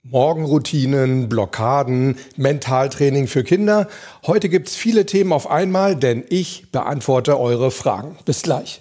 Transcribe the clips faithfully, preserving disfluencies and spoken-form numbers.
Morgenroutinen, Blockaden, Mentaltraining für Kinder. Heute gibt's viele Themen auf einmal, denn ich beantworte eure Fragen. Bis gleich.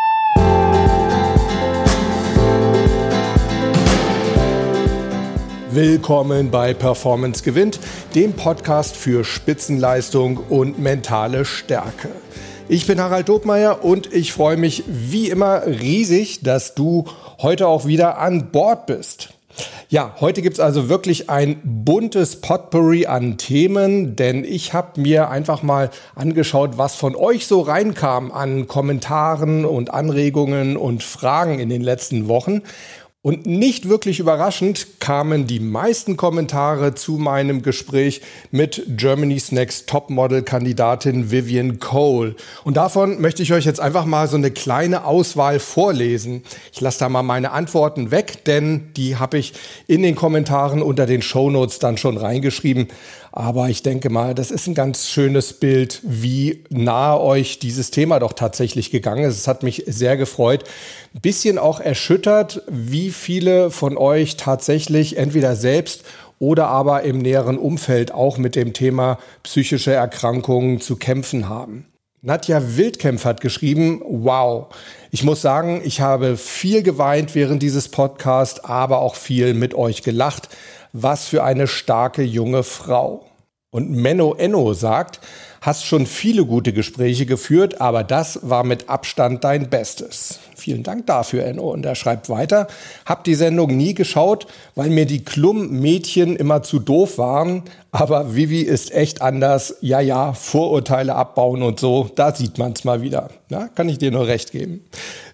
Willkommen bei Performance gewinnt, dem Podcast für Spitzenleistung und mentale Stärke. Ich bin Harald Dobmeier und ich freue mich wie immer riesig, dass du heute auch wieder an Bord bist. Ja, heute gibt's also wirklich ein buntes Potpourri an Themen, denn ich habe mir einfach mal angeschaut, was von euch so reinkam an Kommentaren und Anregungen und Fragen in den letzten Wochen. Und nicht wirklich überraschend kamen die meisten Kommentare zu meinem Gespräch mit Germany's Next Topmodel-Kandidatin Vivian Cole. Und davon möchte ich euch jetzt einfach mal so eine kleine Auswahl vorlesen. Ich lasse da mal meine Antworten weg, denn die habe ich in den Kommentaren unter den Shownotes dann schon reingeschrieben. Aber ich denke mal, das ist ein ganz schönes Bild, wie nahe euch dieses Thema doch tatsächlich gegangen ist. Es hat mich sehr gefreut. Ein bisschen auch erschüttert, wie viele von euch tatsächlich entweder selbst oder aber im näheren Umfeld auch mit dem Thema psychische Erkrankungen zu kämpfen haben. Nadja Wildkempf hat geschrieben, wow, ich muss sagen, ich habe viel geweint während dieses Podcasts, aber auch viel mit euch gelacht. Was für eine starke junge Frau. Und Menno Enno sagt, hast schon viele gute Gespräche geführt, aber das war mit Abstand dein Bestes. Vielen Dank dafür, Enno. Und er schreibt weiter, hab die Sendung nie geschaut, weil mir die Klum-Mädchen immer zu doof waren. Aber Vivi ist echt anders. Ja, ja, Vorurteile abbauen und so, da sieht man's mal wieder. Ja, kann ich dir nur recht geben.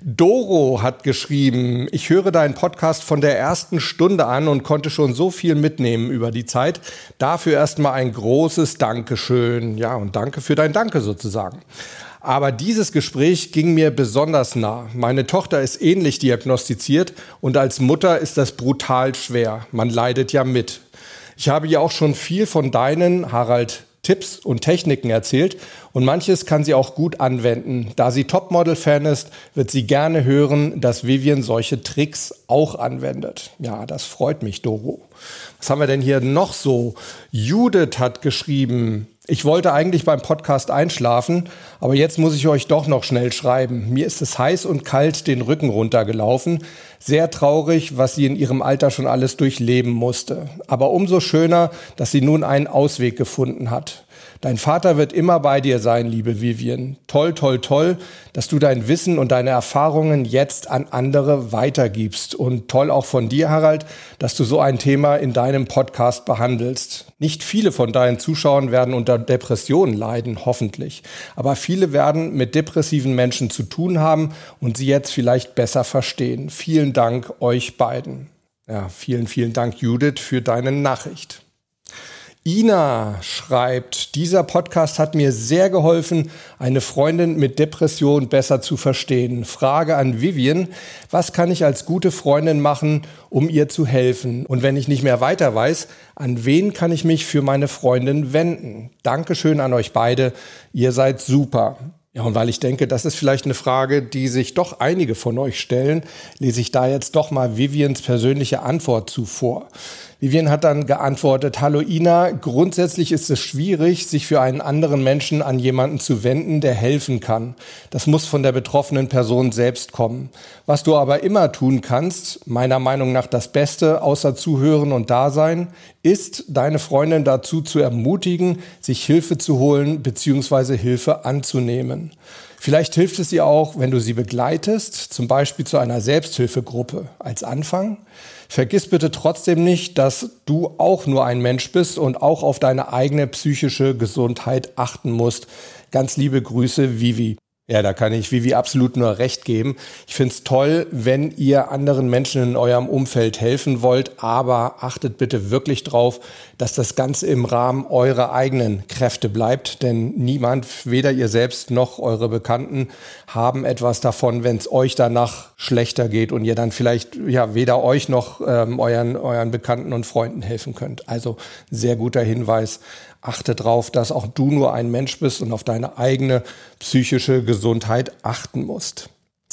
Doro hat geschrieben, ich höre deinen Podcast von der ersten Stunde an und konnte schon so viel mitnehmen über die Zeit. Dafür erstmal ein großes Dankeschön. Ja, und danke für dein Danke sozusagen. Aber dieses Gespräch ging mir besonders nah. Meine Tochter ist ähnlich diagnostiziert und als Mutter ist das brutal schwer. Man leidet ja mit. Ich habe ja auch schon viel von deinen, Harald, Tipps und Techniken erzählt und manches kann sie auch gut anwenden. Da sie Topmodel-Fan ist, wird sie gerne hören, dass Vivian solche Tricks auch anwendet. Ja, das freut mich, Doro. Was haben wir denn hier noch so? Judith hat geschrieben, ich wollte eigentlich beim Podcast einschlafen, aber jetzt muss ich euch doch noch schnell schreiben. Mir ist es heiß und kalt den Rücken runtergelaufen. Sehr traurig, was sie in ihrem Alter schon alles durchleben musste. Aber umso schöner, dass sie nun einen Ausweg gefunden hat. Dein Vater wird immer bei dir sein, liebe Vivian. Toll, toll, toll, dass du dein Wissen und deine Erfahrungen jetzt an andere weitergibst. Und toll auch von dir, Harald, dass du so ein Thema in deinem Podcast behandelst. Nicht viele von deinen Zuschauern werden unter Depressionen leiden, hoffentlich. Aber viele werden mit depressiven Menschen zu tun haben und sie jetzt vielleicht besser verstehen. Vielen Dank euch beiden. Ja, vielen, vielen Dank, Judith, für deine Nachricht. Ina schreibt, dieser Podcast hat mir sehr geholfen, eine Freundin mit Depression besser zu verstehen. Frage an Vivian, was kann ich als gute Freundin machen, um ihr zu helfen? Und wenn ich nicht mehr weiter weiß, an wen kann ich mich für meine Freundin wenden? Dankeschön an euch beide, ihr seid super. Ja, und weil ich denke, das ist vielleicht eine Frage, die sich doch einige von euch stellen, lese ich da jetzt doch mal Vivians persönliche Antwort zu vor. Vivian hat dann geantwortet, hallo Ina, grundsätzlich ist es schwierig, sich für einen anderen Menschen an jemanden zu wenden, der helfen kann. Das muss von der betroffenen Person selbst kommen. Was du aber immer tun kannst, meiner Meinung nach das Beste, außer zuhören und da sein, ist, deine Freundin dazu zu ermutigen, sich Hilfe zu holen bzw. Hilfe anzunehmen. Vielleicht hilft es ihr auch, wenn du sie begleitest, zum Beispiel zu einer Selbsthilfegruppe als Anfang. Vergiss bitte trotzdem nicht, dass du auch nur ein Mensch bist und auch auf deine eigene psychische Gesundheit achten musst. Ganz liebe Grüße, Vivi. Ja, da kann ich Vivi absolut nur recht geben. Ich finde es toll, wenn ihr anderen Menschen in eurem Umfeld helfen wollt, aber achtet bitte wirklich drauf, dass das Ganze im Rahmen eurer eigenen Kräfte bleibt, denn niemand, weder ihr selbst noch eure Bekannten, haben etwas davon, wenn es euch danach schlechter geht und ihr dann vielleicht ja weder euch noch ähm, euren, euren Bekannten und Freunden helfen könnt. Also sehr guter Hinweis. Achte drauf, dass auch du nur ein Mensch bist und auf deine eigene psychische Gesundheit achten musst.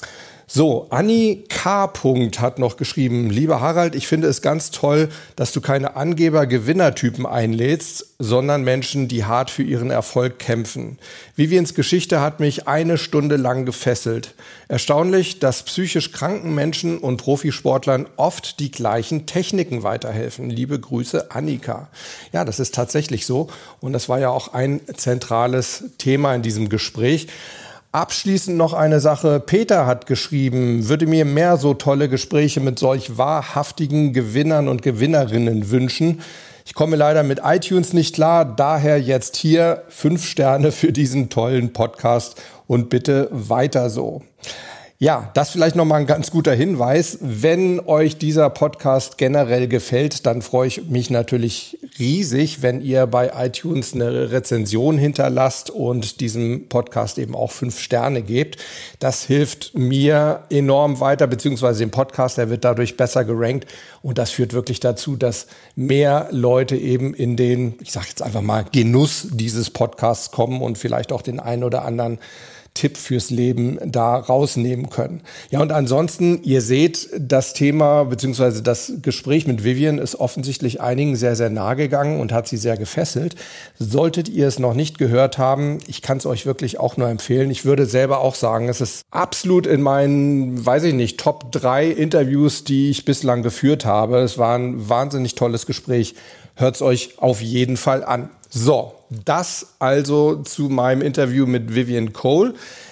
So, Anni K. hat noch geschrieben, lieber Harald, ich finde es ganz toll, dass du keine Angeber-Gewinnertypen einlädst, sondern Menschen, die hart für ihren Erfolg kämpfen. Vivians Geschichte hat mich eine Stunde lang gefesselt. Erstaunlich, dass psychisch kranken Menschen und Profisportlern oft die gleichen Techniken weiterhelfen. Liebe Grüße, Annika. Ja, das ist tatsächlich so und das war ja auch ein zentrales Thema in diesem Gespräch. Abschließend noch eine Sache. Peter hat geschrieben, würde mir mehr so tolle Gespräche mit solch wahrhaftigen Gewinnern und Gewinnerinnen wünschen. Ich komme leider mit iTunes nicht klar, daher jetzt hier fünf Sterne für diesen tollen Podcast und bitte weiter so. Ja, das vielleicht nochmal ein ganz guter Hinweis. Wenn euch dieser Podcast generell gefällt, dann freue ich mich natürlich riesig, wenn ihr bei iTunes eine Rezension hinterlasst und diesem Podcast eben auch fünf Sterne gebt. Das hilft mir enorm weiter, beziehungsweise dem Podcast, der wird dadurch besser gerankt und das führt wirklich dazu, dass mehr Leute eben in den, ich sage jetzt einfach mal, Genuss dieses Podcasts kommen und vielleicht auch den einen oder anderen Tipp fürs Leben da rausnehmen können. Ja, und ansonsten, ihr seht, das Thema bzw. das Gespräch mit Vivian ist offensichtlich einigen sehr, sehr nahe gegangen und hat sie sehr gefesselt. Solltet ihr es noch nicht gehört haben, ich kann es euch wirklich auch nur empfehlen. Ich würde selber auch sagen, es ist absolut in meinen, weiß ich nicht, Top drei Interviews, die ich bislang geführt habe. Es war ein wahnsinnig tolles Gespräch. Hört es euch auf jeden Fall an. So, das also zu meinem Interview mit Vivian Cole.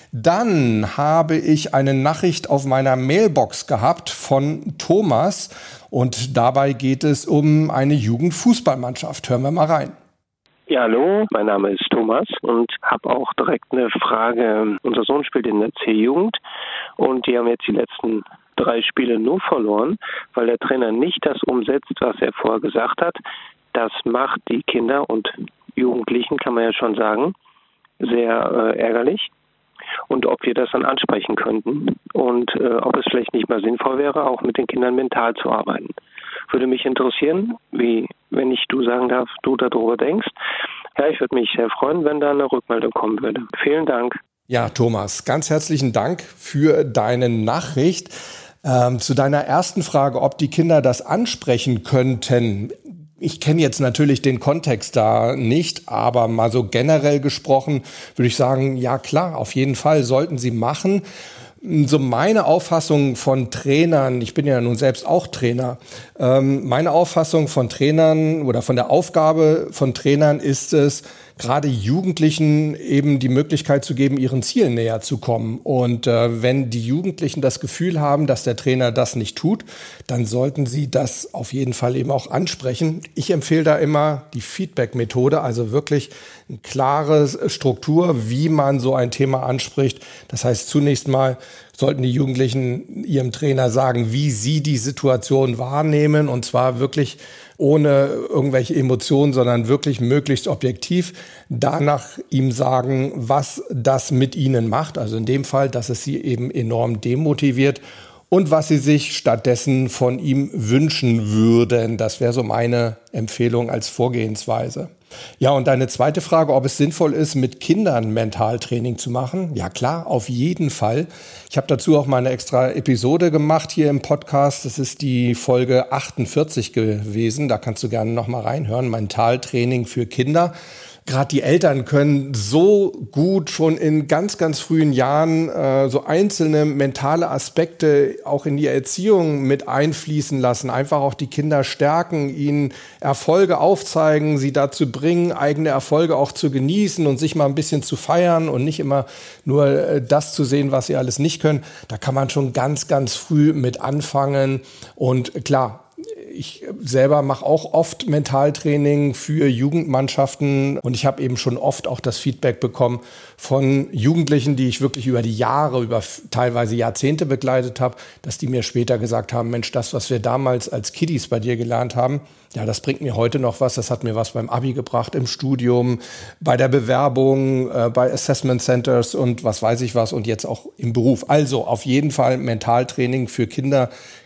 Dann habe ich eine Nachricht auf meiner Mailbox gehabt von Thomas und dabei geht es um eine Jugendfußballmannschaft. Hören wir mal rein. Ja, hallo, mein Name ist Thomas und habe auch direkt eine Frage. Unser Sohn spielt in der C-Jugend und die haben jetzt die letzten drei Spiele nur verloren, weil der Trainer nicht das umsetzt, was er vorher gesagt hat. Das macht die Kinder und Jugendlichen, kann man ja schon sagen, sehr äh, ärgerlich. Und ob wir das dann ansprechen könnten und äh, ob es vielleicht nicht mal sinnvoll wäre, auch mit den Kindern mental zu arbeiten. Würde mich interessieren, wie, wenn ich du sagen darf, du darüber denkst. Ja, ich würde mich sehr freuen, wenn da eine Rückmeldung kommen würde. Vielen Dank. Ja, Thomas, ganz herzlichen Dank für deine Nachricht. Ähm, zu deiner ersten Frage, ob die Kinder das ansprechen könnten. Ich kenne jetzt natürlich den Kontext da nicht, aber mal so generell gesprochen würde ich sagen, ja klar, auf jeden Fall sollten sie machen. So meine Auffassung von Trainern, ich bin ja nun selbst auch Trainer, ähm, meine Auffassung von Trainern oder von der Aufgabe von Trainern ist es, gerade Jugendlichen eben die Möglichkeit zu geben, ihren Zielen näher zu kommen. Und äh, wenn die Jugendlichen das Gefühl haben, dass der Trainer das nicht tut, dann sollten sie das auf jeden Fall eben auch ansprechen. Ich empfehle da immer die Feedback-Methode, also wirklich eine klare Struktur, wie man so ein Thema anspricht. Das heißt, zunächst mal sollten die Jugendlichen ihrem Trainer sagen, wie sie die Situation wahrnehmen, und zwar wirklich ohne irgendwelche Emotionen, sondern wirklich möglichst objektiv. Danach ihm sagen, was das mit ihnen macht, also in dem Fall, dass es sie eben enorm demotiviert und was sie sich stattdessen von ihm wünschen würden. Das wäre so meine Empfehlung als Vorgehensweise. Ja, und deine zweite Frage, ob es sinnvoll ist, mit Kindern Mentaltraining zu machen. Ja klar, auf jeden Fall. Ich habe dazu auch mal eine extra Episode gemacht hier im Podcast. Das ist die Folge achtundvierzig gewesen. Da kannst du gerne noch mal reinhören. Mentaltraining für Kinder. Gerade die Eltern können so gut schon in ganz, ganz frühen Jahren äh, so einzelne mentale Aspekte auch in die Erziehung mit einfließen lassen. Einfach auch die Kinder stärken, ihnen Erfolge aufzeigen, sie dazu bringen, eigene Erfolge auch zu genießen und sich mal ein bisschen zu feiern und nicht immer nur äh, das zu sehen, was sie alles nicht können. Da kann man schon ganz, ganz früh mit anfangen. Und klar, ich selber mache auch oft Mentaltraining für Jugendmannschaften und ich habe eben schon oft auch das Feedback bekommen von Jugendlichen, die ich wirklich über die Jahre, über teilweise Jahrzehnte begleitet habe, dass die mir später gesagt haben, Mensch, das, was wir damals als Kiddies bei dir gelernt haben, ja, das bringt mir heute noch was. Das hat mir was beim Abi gebracht, im Studium, bei der Bewerbung, äh, bei Assessment Centers und was weiß ich was und jetzt auch im Beruf. Also auf jeden Fall Mentaltraining für Kinder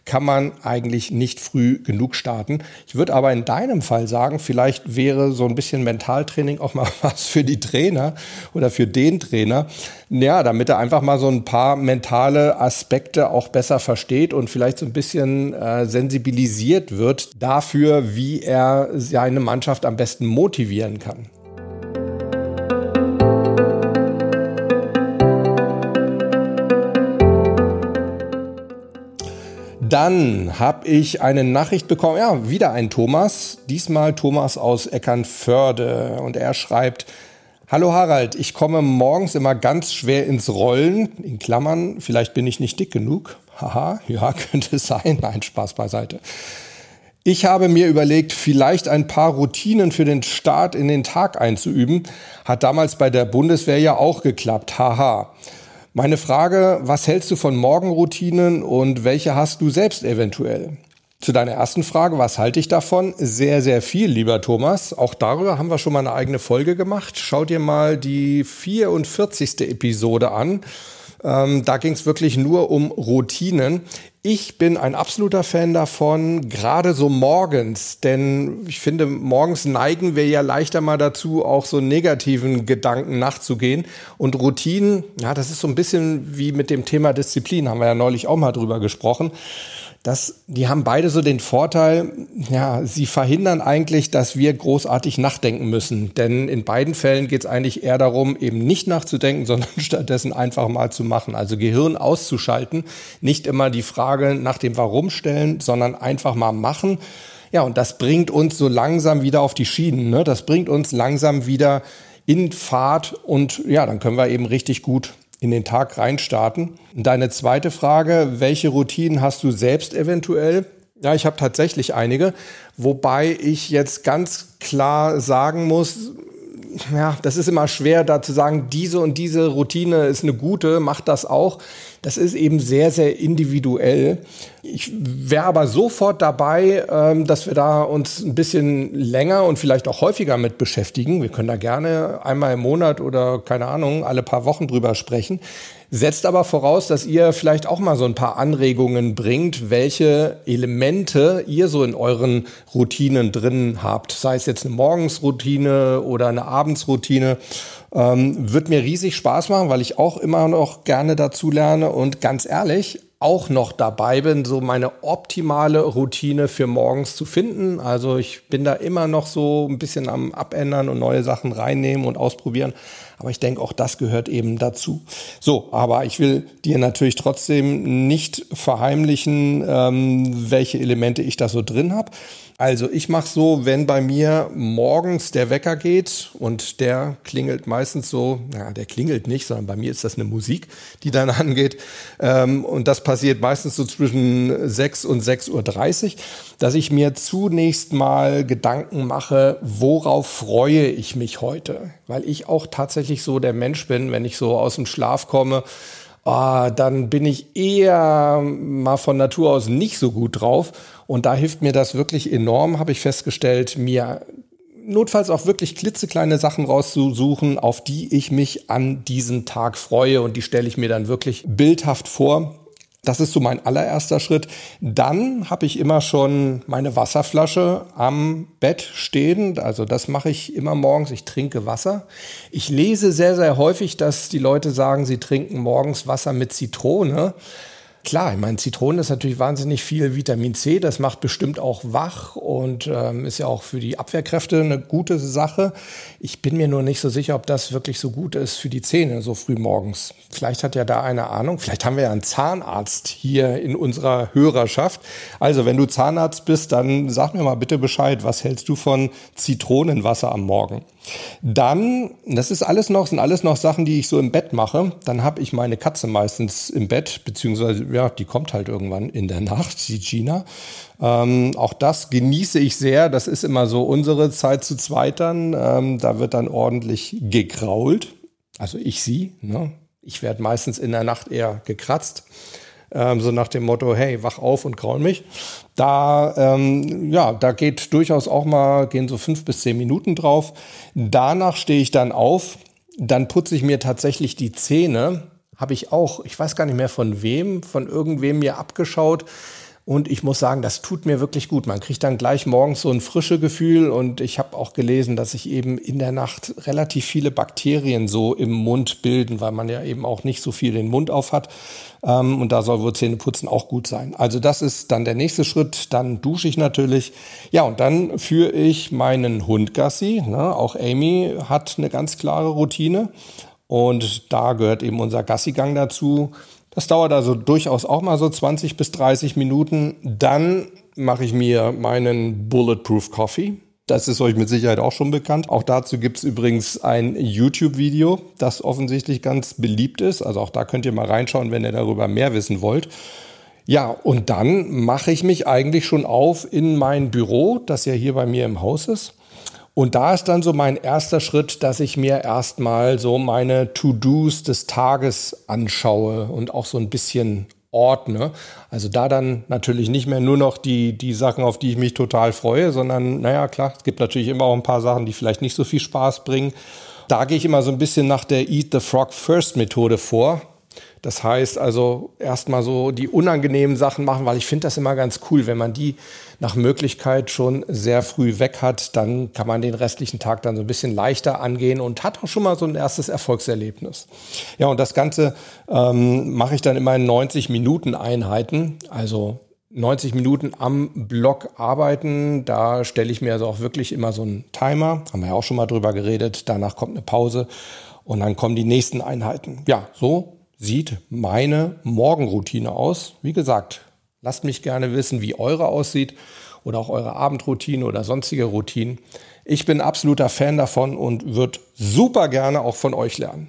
kann man eigentlich nicht früh genug starten. Ich würde aber in deinem Fall sagen, vielleicht wäre so ein bisschen Mentaltraining auch mal was für die Trainer oder für den Trainer. Ja, damit er einfach mal so ein paar mentale Aspekte auch besser versteht und vielleicht so ein bisschen äh, sensibilisiert wird dafür, wie er seine Mannschaft am besten motivieren kann. Dann habe ich eine Nachricht bekommen, ja, wieder ein Thomas, diesmal Thomas aus Eckernförde. Und er schreibt: Hallo Harald, ich komme morgens immer ganz schwer ins Rollen, in Klammern, vielleicht bin ich nicht dick genug. Haha, ja, könnte es sein. Nein, Spaß beiseite. Ich habe mir überlegt, vielleicht ein paar Routinen für den Start in den Tag einzuüben. Hat damals bei der Bundeswehr ja auch geklappt. Haha. Meine Frage, was hältst du von Morgenroutinen und welche hast du selbst eventuell? Zu deiner ersten Frage, was halte ich davon? Sehr, sehr viel, lieber Thomas. Auch darüber haben wir schon mal eine eigene Folge gemacht. Schau dir mal die vierundvierzigste Episode an. Ähm, da ging es wirklich nur um Routinen. Ich bin ein absoluter Fan davon, gerade so morgens, denn ich finde, morgens neigen wir ja leichter mal dazu, auch so negativen Gedanken nachzugehen. Und Routinen, ja, das ist so ein bisschen wie mit dem Thema Disziplin, haben wir ja neulich auch mal drüber gesprochen. Das, die haben beide so den Vorteil, ja, sie verhindern eigentlich, dass wir großartig nachdenken müssen. Denn in beiden Fällen geht es eigentlich eher darum, eben nicht nachzudenken, sondern stattdessen einfach mal zu machen. Also Gehirn auszuschalten, nicht immer die Frage nach dem Warum stellen, sondern einfach mal machen. Ja, und das bringt uns so langsam wieder auf die Schienen, ne? Das bringt uns langsam wieder in Fahrt und ja, dann können wir eben richtig gut in den Tag reinstarten. Deine zweite Frage, welche Routinen hast du selbst eventuell? Ja, ich habe tatsächlich einige, wobei ich jetzt ganz klar sagen muss, ja, das ist immer schwer, da zu sagen, diese und diese Routine ist eine gute, macht das auch. Das ist eben sehr, sehr individuell. Ich wäre aber sofort dabei, ähm, dass wir da uns ein bisschen länger und vielleicht auch häufiger mit beschäftigen. Wir können da gerne einmal im Monat oder, keine Ahnung, alle paar Wochen drüber sprechen. Setzt aber voraus, dass ihr vielleicht auch mal so ein paar Anregungen bringt, welche Elemente ihr so in euren Routinen drin habt. Sei es jetzt eine Morgensroutine oder eine Abendsroutine. Ähm, wird mir riesig Spaß machen, weil ich auch immer noch gerne dazu lerne und ganz ehrlich auch noch dabei bin, so meine optimale Routine für morgens zu finden. Also ich bin da immer noch so ein bisschen am Abändern und neue Sachen reinnehmen und ausprobieren. Aber ich denke, auch das gehört eben dazu. So, aber ich will dir natürlich trotzdem nicht verheimlichen, ähm, welche Elemente ich da so drin habe. Also ich mache so, wenn bei mir morgens der Wecker geht und der klingelt meistens so, na, der klingelt nicht, sondern bei mir ist das eine Musik, die dann angeht. Ähm, und das passiert meistens so zwischen sechs und sechs Uhr dreißig, dass ich mir zunächst mal Gedanken mache, worauf freue ich mich heute? Weil ich auch tatsächlich so der Mensch bin, wenn ich so aus dem Schlaf komme, oh, dann bin ich eher mal von Natur aus nicht so gut drauf. Und da hilft mir das wirklich enorm, habe ich festgestellt, mir notfalls auch wirklich klitzekleine Sachen rauszusuchen, auf die ich mich an diesem Tag freue. Und die stelle ich mir dann wirklich bildhaft vor. Das ist so mein allererster Schritt. Dann habe ich immer schon meine Wasserflasche am Bett stehen. Also das mache ich immer morgens. Ich trinke Wasser. Ich lese sehr, sehr häufig, dass die Leute sagen, sie trinken morgens Wasser mit Zitrone. Klar, ich meine, Zitrone ist natürlich wahnsinnig viel Vitamin C. Das macht bestimmt auch wach und ähm, ist ja auch für die Abwehrkräfte eine gute Sache. Ich bin mir nur nicht so sicher, ob das wirklich so gut ist für die Zähne so früh morgens. Vielleicht hat ja da eine Ahnung. Vielleicht haben wir ja einen Zahnarzt hier in unserer Hörerschaft. Also, wenn du Zahnarzt bist, dann sag mir mal bitte Bescheid. Was hältst du von Zitronenwasser am Morgen? Dann, das ist alles noch, sind alles noch Sachen, die ich so im Bett mache. Dann habe ich meine Katze meistens im Bett, beziehungsweise, ja, die kommt halt irgendwann in der Nacht, die Gina. Ähm, auch das genieße ich sehr. Das ist immer so unsere Zeit zu zweit dann. Ähm, da wird dann ordentlich gekrault. Also ich sie, ne? Ich werde meistens in der Nacht eher gekratzt. Ähm, so nach dem Motto, hey, wach auf und kraul mich. Da, ähm, ja, da geht durchaus auch mal, gehen so fünf bis zehn Minuten drauf. Danach stehe ich dann auf, dann putze ich mir tatsächlich die Zähne. Habe ich auch, ich weiß gar nicht mehr von wem, von irgendwem mir abgeschaut. Und ich muss sagen, das tut mir wirklich gut. Man kriegt dann gleich morgens so ein frisches Gefühl und ich habe auch gelesen, dass sich eben in der Nacht relativ viele Bakterien so im Mund bilden, weil man ja eben auch nicht so viel den Mund auf hat. Und da soll wohl Zähneputzen auch gut sein. Also das ist dann der nächste Schritt. Dann dusche ich natürlich. Ja, und dann führe ich meinen Hund Gassi. Ne? Auch Amy hat eine ganz klare Routine. Und da gehört eben unser Gassigang dazu. Das dauert also durchaus auch mal so zwanzig bis dreißig Minuten. Dann mache ich mir meinen Bulletproof Coffee. Das ist euch mit Sicherheit auch schon bekannt. Auch dazu gibt es übrigens ein YouTube-Video, das offensichtlich ganz beliebt ist. Also auch da könnt ihr mal reinschauen, wenn ihr darüber mehr wissen wollt. Ja, und dann mache ich mich eigentlich schon auf in mein Büro, das ja hier bei mir im Haus ist. Und da ist dann so mein erster Schritt, dass ich mir erstmal so meine To-Dos des Tages anschaue und auch so ein bisschen ordne. Also da dann natürlich nicht mehr nur noch die, die Sachen, auf die ich mich total freue, sondern naja, klar, es gibt natürlich immer auch ein paar Sachen, die vielleicht nicht so viel Spaß bringen. Da gehe ich immer so ein bisschen nach der Eat the Frog First Methode vor. Das heißt also erstmal so die unangenehmen Sachen machen, weil ich finde das immer ganz cool, wenn man die nach Möglichkeit schon sehr früh weg hat, dann kann man den restlichen Tag dann so ein bisschen leichter angehen und hat auch schon mal so ein erstes Erfolgserlebnis. Ja, und das Ganze ähm, mache ich dann immer in neunzig-Minuten-Einheiten, also neunzig Minuten am Block arbeiten. Da stelle ich mir also auch wirklich immer so einen Timer, haben wir ja auch schon mal drüber geredet, danach kommt eine Pause und dann kommen die nächsten Einheiten. Ja, so sieht meine Morgenroutine aus. Wie gesagt, lasst mich gerne wissen, wie eure aussieht oder auch eure Abendroutine oder sonstige Routinen. Ich bin absoluter Fan davon und würde super gerne auch von euch lernen.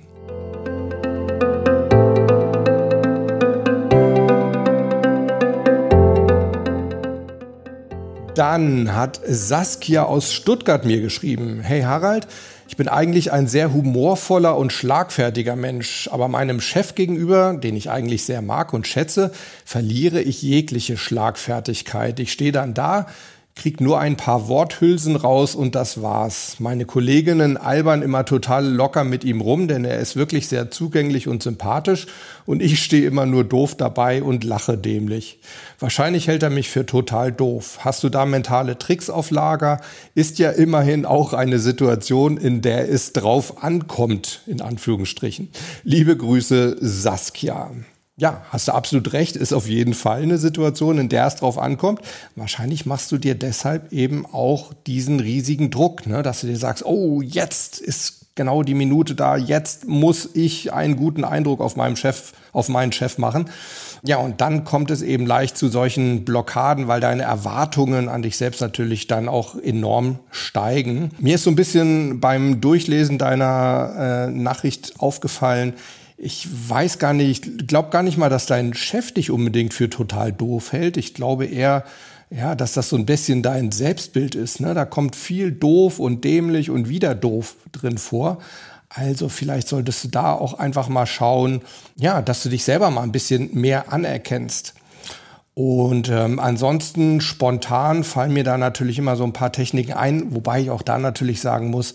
Dann hat Saskia aus Stuttgart mir geschrieben: Hey Harald, ich bin eigentlich ein sehr humorvoller und schlagfertiger Mensch, aber meinem Chef gegenüber, den ich eigentlich sehr mag und schätze, verliere ich jegliche Schlagfertigkeit. Ich stehe dann da, krieg nur ein paar Worthülsen raus und das war's. Meine Kolleginnen albern immer total locker mit ihm rum, denn er ist wirklich sehr zugänglich und sympathisch und ich stehe immer nur doof dabei und lache dämlich. Wahrscheinlich hält er mich für total doof. Hast du da mentale Tricks auf Lager? Ist ja immerhin auch eine Situation, in der es drauf ankommt, in Anführungsstrichen. Liebe Grüße, Saskia. Ja, hast du absolut recht, ist auf jeden Fall eine Situation, in der es drauf ankommt. Wahrscheinlich machst du dir deshalb eben auch diesen riesigen Druck, ne, dass du dir sagst, oh, jetzt ist genau die Minute da, jetzt muss ich einen guten Eindruck auf meinem Chef, auf meinen Chef machen. Ja, und dann kommt es eben leicht zu solchen Blockaden, weil deine Erwartungen an dich selbst natürlich dann auch enorm steigen. Mir ist so ein bisschen beim Durchlesen deiner äh, Nachricht aufgefallen, ich weiß gar nicht, ich glaube gar nicht mal, dass dein Chef dich unbedingt für total doof hält. Ich glaube eher, ja, dass das so ein bisschen dein Selbstbild ist, ne? Da kommt viel doof und dämlich und wieder doof drin vor. Also vielleicht solltest du da auch einfach mal schauen, ja, dass du dich selber mal ein bisschen mehr anerkennst. Und ähm, ansonsten spontan fallen mir da natürlich immer so ein paar Techniken ein, wobei ich auch da natürlich sagen muss,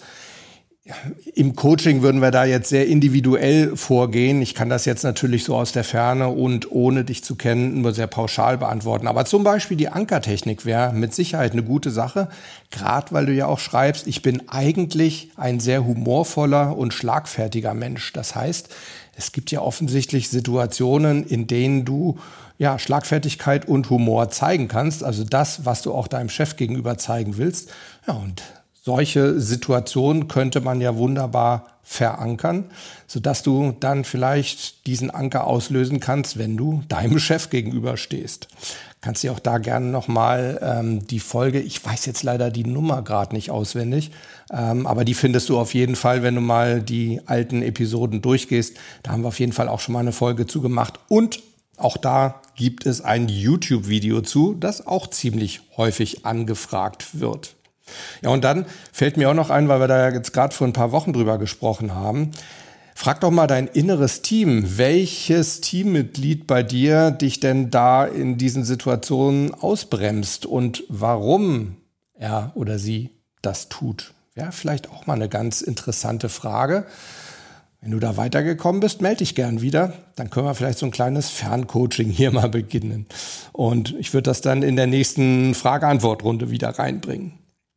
im Coaching würden wir da jetzt sehr individuell vorgehen. Ich kann das jetzt natürlich so aus der Ferne und ohne dich zu kennen nur sehr pauschal beantworten. Aber zum Beispiel die Ankertechnik wäre mit Sicherheit eine gute Sache. Gerade weil du ja auch schreibst, ich bin eigentlich ein sehr humorvoller und schlagfertiger Mensch. Das heißt, es gibt ja offensichtlich Situationen, in denen du ja Schlagfertigkeit und Humor zeigen kannst. Also das, was du auch deinem Chef gegenüber zeigen willst. Ja, und solche Situationen könnte man ja wunderbar verankern, sodass du dann vielleicht diesen Anker auslösen kannst, wenn du deinem Chef gegenüber stehst. Kannst dir auch da gerne nochmal ähm, die Folge, ich weiß jetzt leider die Nummer gerade nicht auswendig, ähm, aber die findest du auf jeden Fall, wenn du mal die alten Episoden durchgehst. Da haben wir auf jeden Fall auch schon mal eine Folge zu gemacht und auch da gibt es ein YouTube-Video zu, das auch ziemlich häufig angefragt wird. Ja, und dann fällt mir auch noch ein, weil wir da jetzt gerade vor ein paar Wochen drüber gesprochen haben, frag doch mal dein inneres Team, welches Teammitglied bei dir dich denn da in diesen Situationen ausbremst und warum er oder sie das tut. Ja, vielleicht auch mal eine ganz interessante Frage. Wenn du da weitergekommen bist, melde dich gern wieder. Dann können wir vielleicht so ein kleines Ferncoaching hier mal beginnen. Und ich würde das dann in der nächsten Frage-Antwort-Runde wieder reinbringen.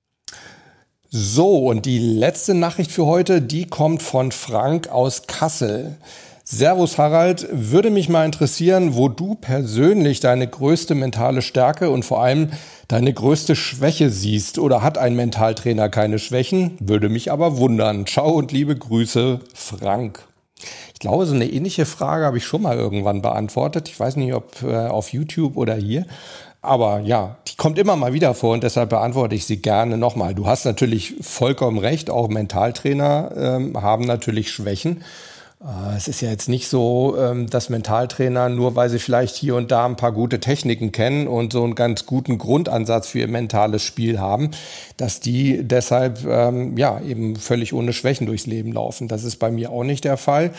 So, und die letzte Nachricht für heute, die kommt von Frank aus Kassel. Servus Harald, würde mich mal interessieren, wo du persönlich deine größte mentale Stärke und vor allem deine größte Schwäche siehst. Oder hat ein Mentaltrainer keine Schwächen? Würde mich aber wundern. Ciao und liebe Grüße, Frank. Ich glaube, so eine ähnliche Frage habe ich schon mal irgendwann beantwortet. Ich weiß nicht, ob äh, auf YouTube oder hier. Aber ja, die kommt immer mal wieder vor und deshalb beantworte ich sie gerne nochmal. Du hast natürlich vollkommen recht, auch Mentaltrainer ähm, haben natürlich Schwächen. Es ist ja jetzt nicht so, dass Mentaltrainer, nur weil sie vielleicht hier und da ein paar gute Techniken kennen und so einen ganz guten Grundansatz für ihr mentales Spiel haben, dass die deshalb ja eben völlig ohne Schwächen durchs Leben laufen. Das ist bei mir auch nicht der Fall.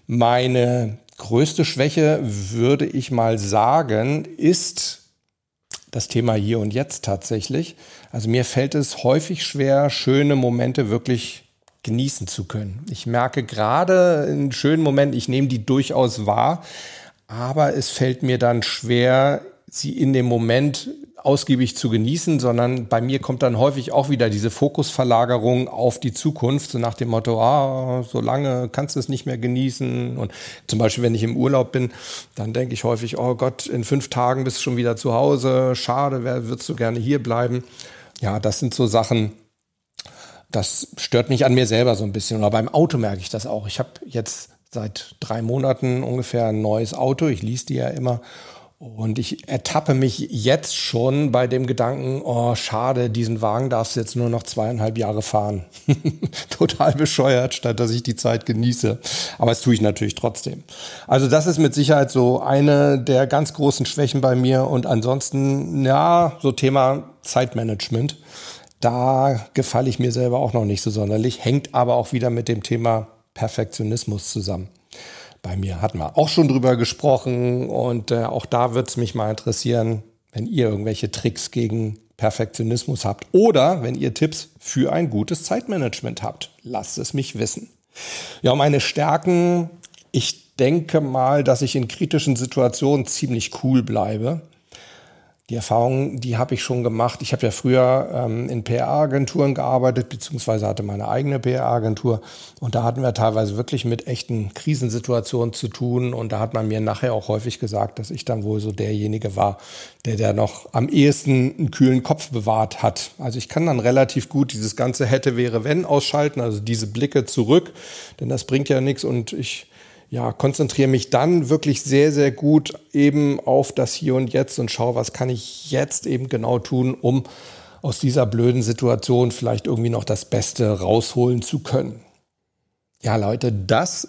Meine größte Schwäche, würde ich mal sagen, ist das Thema Hier und Jetzt tatsächlich. Also mir fällt es häufig schwer, schöne Momente wirklich genießen zu können. Ich merke gerade in schönen Momenten, ich nehme die durchaus wahr, aber es fällt mir dann schwer, sie in dem Moment ausgiebig zu genießen, sondern bei mir kommt dann häufig auch wieder diese Fokusverlagerung auf die Zukunft, so nach dem Motto, ah, so lange kannst du es nicht mehr genießen. Und zum Beispiel, wenn ich im Urlaub bin, dann denke ich häufig, oh Gott, in fünf Tagen bist du schon wieder zu Hause, schade, wer würdest du gerne hier bleiben? Ja, das sind so Sachen, das stört mich an mir selber so ein bisschen. Oder beim Auto merke ich das auch. Ich habe jetzt seit drei Monaten ungefähr ein neues Auto. Ich lease die ja immer. Und ich ertappe mich jetzt schon bei dem Gedanken, oh schade, diesen Wagen darfst du jetzt nur noch zweieinhalb Jahre fahren. Total bescheuert, statt dass ich die Zeit genieße. Aber das tue ich natürlich trotzdem. Also das ist mit Sicherheit so eine der ganz großen Schwächen bei mir. Und ansonsten, ja, so Thema Zeitmanagement. Da gefalle ich mir selber auch noch nicht so sonderlich, hängt aber auch wieder mit dem Thema Perfektionismus zusammen. Bei mir hatten wir auch schon drüber gesprochen und äh, auch da würde es mich mal interessieren, wenn ihr irgendwelche Tricks gegen Perfektionismus habt oder wenn ihr Tipps für ein gutes Zeitmanagement habt. Lasst es mich wissen. Ja, meine Stärken, ich denke mal, dass ich in kritischen Situationen ziemlich cool bleibe. Die Erfahrung, die habe ich schon gemacht. Ich habe ja früher ähm, in P R-Agenturen gearbeitet, beziehungsweise hatte meine eigene P R-Agentur. Und da hatten wir teilweise wirklich mit echten Krisensituationen zu tun. Und da hat man mir nachher auch häufig gesagt, dass ich dann wohl so derjenige war, der der noch am ehesten einen kühlen Kopf bewahrt hat. Also ich kann dann relativ gut dieses ganze hätte, wäre, wenn ausschalten, also diese Blicke zurück, denn das bringt ja nichts und ich Ja, konzentriere mich dann wirklich sehr, sehr gut eben auf das Hier und Jetzt und schaue, was kann ich jetzt eben genau tun, um aus dieser blöden Situation vielleicht irgendwie noch das Beste rausholen zu können. Ja, Leute, das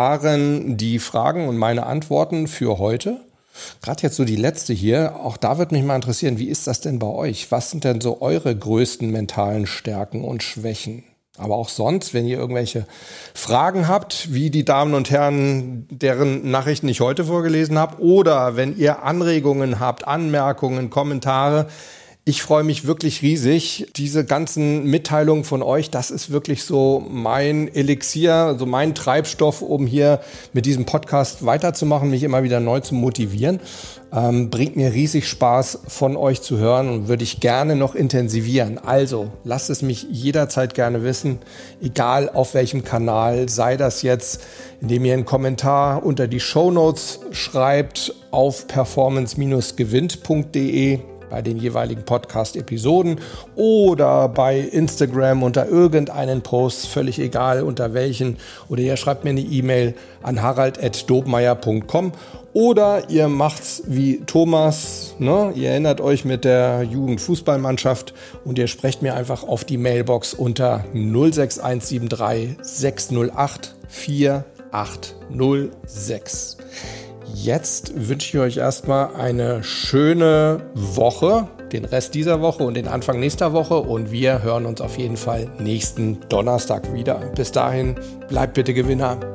waren die Fragen und meine Antworten für heute. Gerade jetzt so die letzte hier, auch da würde mich mal interessieren, wie ist das denn bei euch? Was sind denn so eure größten mentalen Stärken und Schwächen? Aber auch sonst, wenn ihr irgendwelche Fragen habt, wie die Damen und Herren, deren Nachrichten ich heute vorgelesen habe, oder wenn ihr Anregungen habt, Anmerkungen, Kommentare, ich freue mich wirklich riesig. Diese ganzen Mitteilungen von euch, das ist wirklich so mein Elixier, so mein Treibstoff, um hier mit diesem Podcast weiterzumachen, mich immer wieder neu zu motivieren. Ähm, bringt mir riesig Spaß, von euch zu hören und würde ich gerne noch intensivieren. Also lasst es mich jederzeit gerne wissen, egal auf welchem Kanal, sei das jetzt, indem ihr einen Kommentar unter die Shownotes schreibt auf performance Bindestrich gewinnt Punkt de bei den jeweiligen Podcast-Episoden oder bei Instagram unter irgendeinen Post, völlig egal unter welchen, oder ihr schreibt mir eine E-Mail an harald at dobmeier punkt com oder ihr macht's wie Thomas, ne? Ihr erinnert euch mit der Jugendfußballmannschaft und ihr sprecht mir einfach auf die Mailbox unter null sechs eins sieben drei sechs null acht vier acht null sechs. Jetzt wünsche ich euch erstmal eine schöne Woche, den Rest dieser Woche und den Anfang nächster Woche und wir hören uns auf jeden Fall nächsten Donnerstag wieder. Bis dahin, bleibt bitte Gewinner.